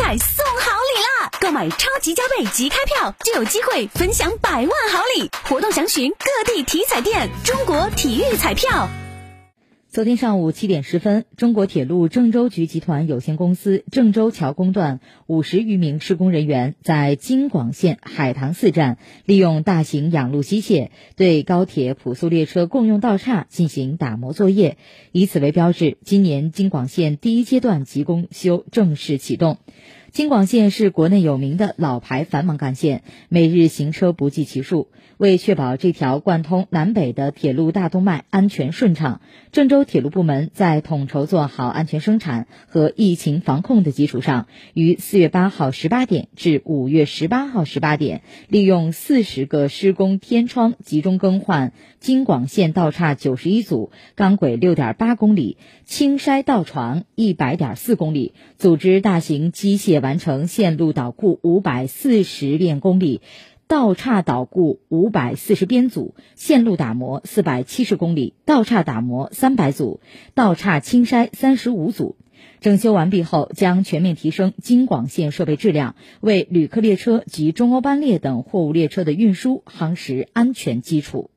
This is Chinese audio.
彩送好礼啦！购买超级加倍即开票，就有机会分享100万好礼。活动详询各地体彩店。中国体育彩票。 昨天上午7点10分，中国铁路郑州局集团有限公司郑州桥工段50余名施工人员在京广线海棠寺站，利用大型养路机械对高铁普速列车共用道岔进行打磨作业，以此为标志，今年京广线第1阶段竣工修正式启动。京广线是国内有名的老牌繁忙干线，每日行车不计其数。为确保这条贯通南北的铁路大动脉安全顺畅，郑州铁路部门在统筹做好安全生产和疫情防控的基础上，于4月8号18点至5月18号18点，利用40个施工天窗集中更换京广线道岔91组，钢轨6.8公里，轻筛道床100.4公里，组织大型机械完成线路导固540练公里，道岔导固540编组，线路打磨470公里，道岔打磨300组，道岔轻筛35组。整修完毕后，将全面提升京广线设备质量，为旅客列车及中欧班列等货物列车的运输夯实安全基础。